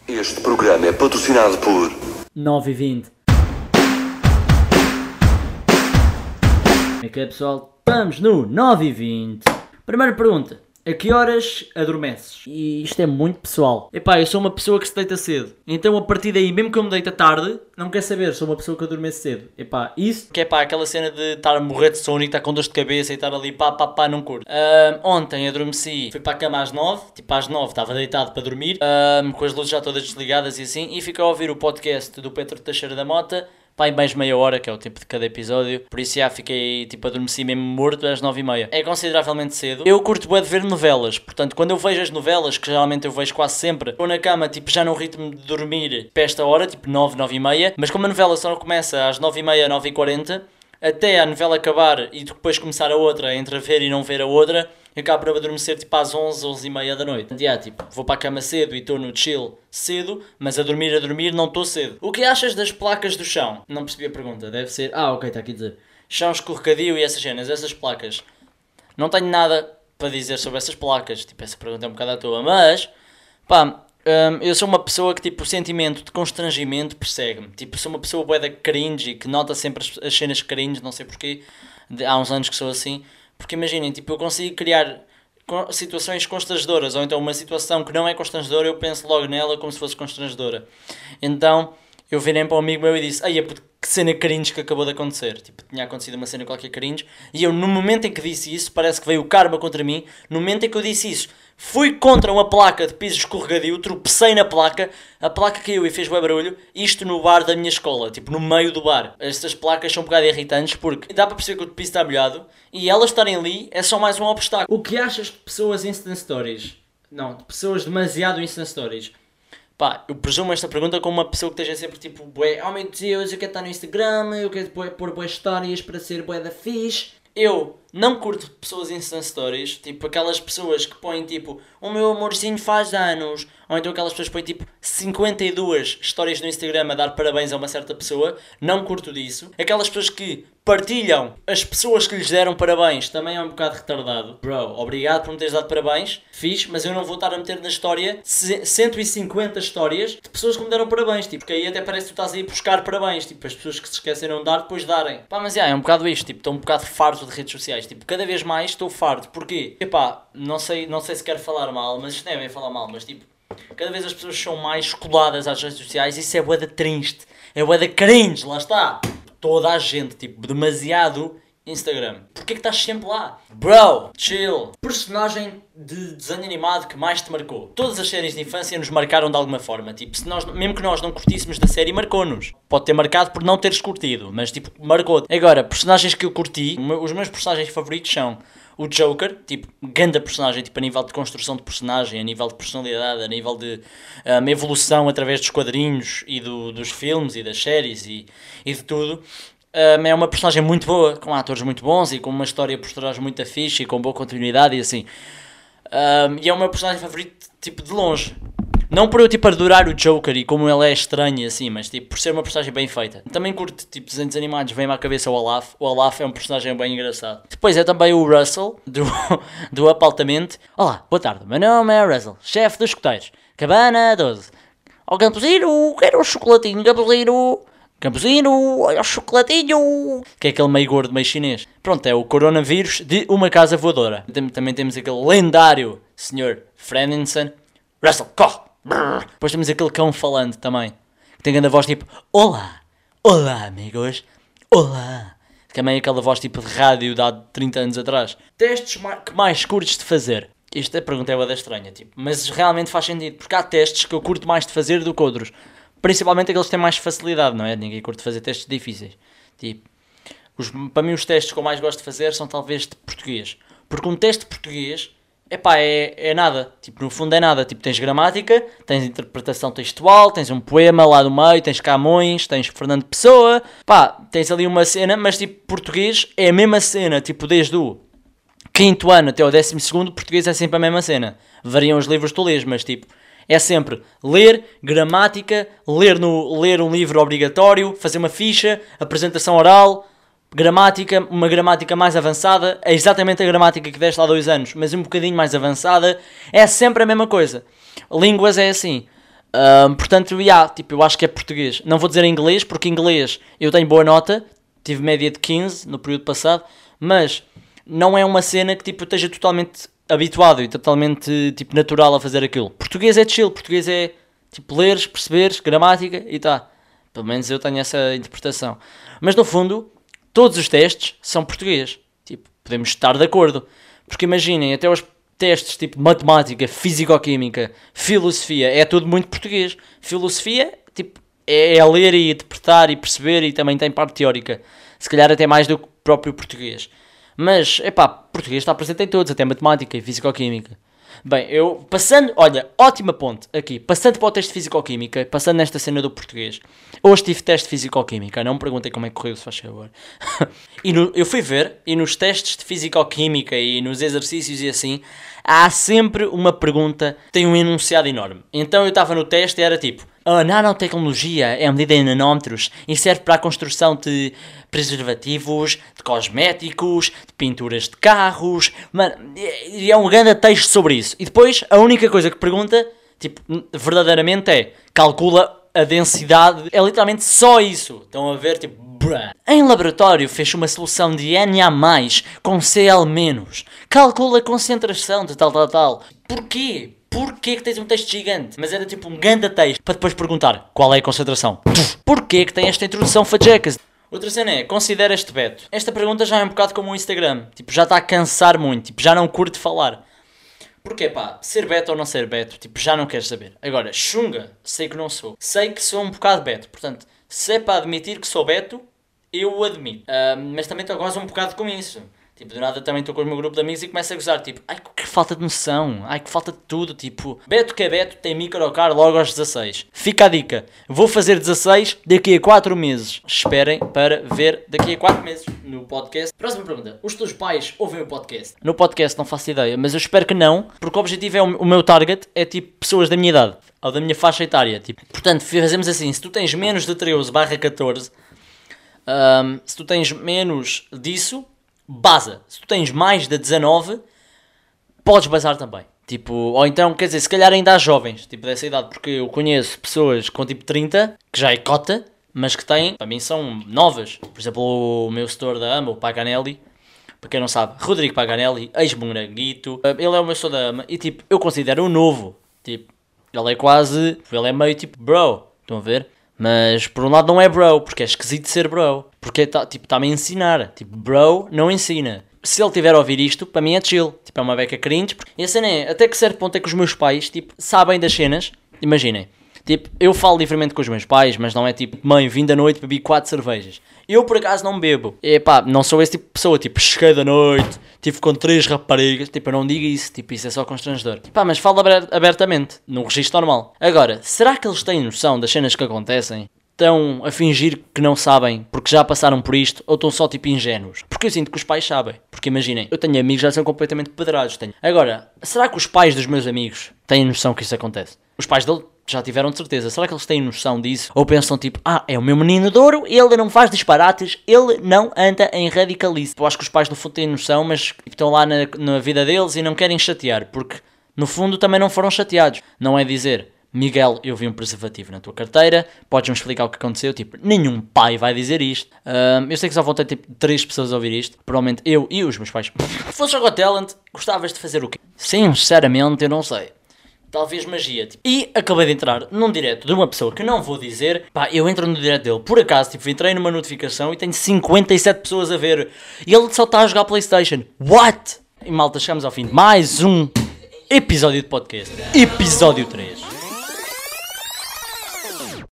Este programa é patrocinado por 9h20. Como é que é, pessoal? Estamos no 9h20. Primeira pergunta. A que horas adormeces? E isto é muito pessoal. Epá, eu sou uma pessoa que se deita cedo. Então a partir daí, mesmo que eu me deite tarde, não quer saber, sou uma pessoa que adormece cedo. Epá, isso que é pá, aquela cena de estar a morrer de sono e estar com dor de cabeça e estar ali pá, não curto. Ontem adormeci, fui para a cama às 9, tipo às 9 estava deitado para dormir, com as luzes já todas desligadas e assim, e fiquei a ouvir o podcast do Pedro Teixeira da Mota. Pai, mais meia hora, que é o tempo de cada episódio. Por isso já fiquei, adormeci mesmo morto às 9h30. É consideravelmente cedo. Eu curto bué de ver novelas. Portanto, quando eu vejo as novelas, que geralmente eu vejo quase sempre, estou na cama, já no ritmo de dormir para esta hora, 9, 9h30. Mas como a novela só começa às 9h30, 9h40, até a novela acabar e depois começar a outra, entre a ver e não ver a outra, eu acabo por adormecer às 11, 11h30 da noite. Vou para a cama cedo e estou no chill cedo, mas a dormir não estou cedo. O que achas das placas do chão? Não percebi a pergunta, deve ser... ok, está aqui a dizer. Chão escorregadio e essas cenas, essas placas. Não tenho nada para dizer sobre essas placas, essa pergunta é um bocado à toa, mas... eu sou uma pessoa que, o sentimento de constrangimento persegue-me. Sou uma pessoa bué da cringe, que nota sempre as cenas cringe, não sei porquê. Há uns anos que sou assim. Porque imaginem, eu consigo criar situações constrangedoras, ou então uma situação que não é constrangedora, eu penso logo nela como se fosse constrangedora. Então, eu virei para um amigo meu e disse, que cena cringe que acabou de acontecer. Tinha acontecido uma cena qualquer cringe, e eu, no momento em que disse isso, parece que veio o karma contra mim, no momento em que eu disse isso, fui contra uma placa de piso escorregadio, tropecei na placa, a placa caiu e fez bué barulho, isto no bar da minha escola, no meio do bar. Estas placas são um bocado irritantes porque dá para perceber que o piso está molhado e elas estarem ali é só mais um obstáculo. O que achas de pessoas Instant Stories? Não, de pessoas demasiado Instant Stories. Eu presumo esta pergunta como uma pessoa que esteja sempre bué, oh meu Deus, eu quero estar no Instagram, eu quero pôr bué histórias para ser bué da fixe. Eu não curto pessoas Instant Stories, aquelas pessoas que põem o meu amorzinho faz anos, ou então aquelas pessoas que põem 52 histórias no Instagram a dar parabéns a uma certa pessoa, não curto disso. Aquelas pessoas que partilham as pessoas que lhes deram parabéns, também é um bocado retardado. Bro, obrigado por me teres dado parabéns, fixe, mas eu não vou estar a meter na história 150 histórias de pessoas que me deram parabéns, porque aí até parece que tu estás a ir buscar parabéns, as pessoas que se esqueceram de dar, depois darem. Mas é um bocado isto, estou um bocado farto de redes sociais, cada vez mais estou farto. Porquê? Não sei se quero falar mal, mas isto não é bem falar mal, mas cada vez as pessoas são mais coladas às redes sociais, isso é bué da triste, é bué da cringe, lá está. Toda a gente, demasiado Instagram. Porquê que estás sempre lá? Bro, chill. Personagem de desenho animado que mais te marcou? Todas as séries de infância nos marcaram de alguma forma. Mesmo que nós não curtíssemos da série, marcou-nos. Pode ter marcado por não teres curtido, mas marcou. Agora, personagens que eu curti, os meus personagens favoritos são o Joker, ganda personagem, a nível de construção de personagem, a nível de personalidade, a nível de evolução através dos quadrinhos e dos filmes e das séries e de tudo. É uma personagem muito boa, com atores muito bons e com uma história por trás muito fixe e com boa continuidade e assim. E é o meu personagem favorito, de longe. Não por eu, adorar o Joker e como ele é estranho e assim, mas, por ser uma personagem bem feita. Também curto, desenhos animados, vem-me à cabeça o Olaf. O Olaf é um personagem bem engraçado. Depois é também o Russell, do Up Altamente. Olá, boa tarde, meu nome é Russell, chefe dos escuteiros. Cabana 12. Ó Campesino, quero um chocolatinho, Campesino, olha o chocolatinho. Que é aquele meio gordo, meio chinês. Pronto, é o coronavírus de uma casa voadora. Também temos aquele lendário Sr. Fredinson. Russell, corre! Brrr. Depois temos aquele cão falante também, que tem grande voz olá, olá amigos, olá. Também aquela voz de rádio de há 30 anos atrás. Testes que mais curtes de fazer? Isto é pergunta é estranha, mas realmente faz sentido, porque há testes que eu curto mais de fazer do que outros. Principalmente aqueles que têm mais facilidade, não é? Ninguém curte fazer testes difíceis. Para mim os testes que eu mais gosto de fazer são talvez de português. Porque um teste de português... é nada, no fundo é nada, tens gramática, tens interpretação textual, tens um poema lá no meio, tens Camões, tens Fernando Pessoa, tens ali uma cena, mas português é a mesma cena, desde o 5º ano até o 12º, português é sempre a mesma cena, variam os livros que tu lês, mas é sempre ler, gramática, ler um livro obrigatório, fazer uma ficha, apresentação oral... Gramática, uma gramática mais avançada, é exatamente a gramática que deste há 2 anos, mas um bocadinho mais avançada, é sempre a mesma coisa. Línguas é assim, Portanto, tipo, eu acho que é português. Não vou dizer inglês, porque inglês eu tenho boa nota, tive média de 15 no período passado, mas não é uma cena que tipo, eu esteja totalmente habituado e totalmente tipo, natural a fazer aquilo. Português é chill, português é tipo leres, perceberes, gramática e tá. Pelo menos eu tenho essa interpretação. Mas no fundo, todos os testes são português. Tipo, podemos estar de acordo. Porque imaginem, até os testes tipo matemática, físico-química, filosofia, é tudo muito português. Filosofia, tipo, é ler e interpretar e perceber e também tem parte teórica. Se calhar até mais do que o próprio português. Mas, português está presente em todos, até matemática e físico-química. Bem, eu passando, olha, ótima ponte aqui, passando para o teste de Físico-Química, passando nesta cena do português. Hoje tive teste de Físico-Química, não me perguntem como é que correu, se faz favor. Eu fui ver, e nos testes de Físico-Química e nos exercícios e assim, há sempre uma pergunta, tem um enunciado enorme. Então eu estava no teste e era tipo, a nanotecnologia é medida em nanómetros e serve para a construção de preservativos, de cosméticos, de pinturas de carros. Mano, é um grande texto sobre isso. E depois a única coisa que pergunta, tipo, verdadeiramente é, calcula a densidade. É literalmente só isso. Estão a ver, tipo, bruh. Em laboratório fez uma solução de Na+, com Cl-. Calcula a concentração de tal. Porquê? Porquê que tens um texto gigante? Mas era tipo um ganda texto para depois perguntar qual é a concentração. Porquê que tem esta introdução fajecas? Outra cena é, considera este Beto. Esta pergunta já é um bocado como o Instagram. Tipo, já está a cansar muito. Tipo, já não curto falar. Porquê ser Beto ou não ser Beto? Tipo, já não queres saber. Agora, chunga, sei que não sou. Sei que sou um bocado Beto. Portanto, se é para admitir que sou Beto, eu o admito. Mas também estou quase um bocado com isso. Tipo, do nada também estou com o meu grupo de amigos e começo a gozar, tipo, ai que falta de noção, ai que falta de tudo, tipo, Beto que é Beto tem microcar logo aos 16. Fica a dica, vou fazer 16 daqui a 4 meses. Esperem para ver daqui a 4 meses no podcast. Próxima pergunta, os teus pais ouvem o podcast? No podcast não faço ideia, mas eu espero que não, porque o objetivo é o meu target é tipo pessoas da minha idade, ou da minha faixa etária, tipo. Portanto, fazemos assim, se tu tens menos de 13/14, se tu tens menos disso, baza. Se tu tens mais de 19, podes bazar também. Tipo, ou então, quer dizer, se calhar ainda há jovens, tipo, dessa idade, porque eu conheço pessoas com tipo 30, que já é cota, mas que têm, para mim são novas. Por exemplo, o meu setor da AMA, o Paganelli, para quem não sabe, Rodrigo Paganelli, ex-Moranguito, ele é o meu setor da AMA, e tipo, eu considero-o novo. Tipo, ele é meio tipo bro, estão a ver? Mas por um lado não é bro, porque é esquisito ser bro. Porque está-me a ensinar. Tipo, bro não ensina. Se ele tiver a ouvir isto, para mim é chill. Tipo, é uma beca cringe. E a cena é, até que certo ponto é que os meus pais, tipo, sabem das cenas. Imaginem. Tipo, eu falo livremente com os meus pais, mas não é tipo, mãe, vim da noite, bebi 4 cervejas. Eu, por acaso, não bebo. E pá, não sou esse tipo de pessoa. Tipo, cheguei da noite, tive com 3 raparigas. Tipo, eu não digo isso. Tipo, isso é só constrangedor. Pá, mas falo abertamente, no registro normal. Agora, será que eles têm noção das cenas que acontecem? Estão a fingir que não sabem porque já passaram por isto, ou estão só tipo ingênuos? Porque eu sinto que os pais sabem. Porque imaginem, eu tenho amigos que já são completamente pedrados. Agora, será que os pais dos meus amigos têm noção que isso acontece? Os pais dele já tiveram de certeza. Será que eles têm noção disso? Ou pensam tipo, é o meu menino de ouro, ele não faz disparates, ele não anda em radicalismo. Eu acho que os pais no fundo têm noção, mas estão lá na vida deles e não querem chatear. Porque no fundo também não foram chateados. Não é dizer, Miguel, eu vi um preservativo na tua carteira, podes-me explicar o que aconteceu? Tipo, nenhum pai vai dizer isto. Eu sei que só vão ter tipo 3 pessoas a ouvir isto, provavelmente eu e os meus pais. Se fosse Got Talent, gostavas de fazer o quê? Sinceramente, eu não sei. Talvez magia. Tipo. E acabei de entrar num direto de uma pessoa que não vou dizer. Pá, eu entro no direto dele, por acaso, tipo, entrei numa notificação e tenho 57 pessoas a ver. E ele só está a jogar PlayStation. What? E malta, chegamos ao fim de mais um episódio de podcast. Episódio 3.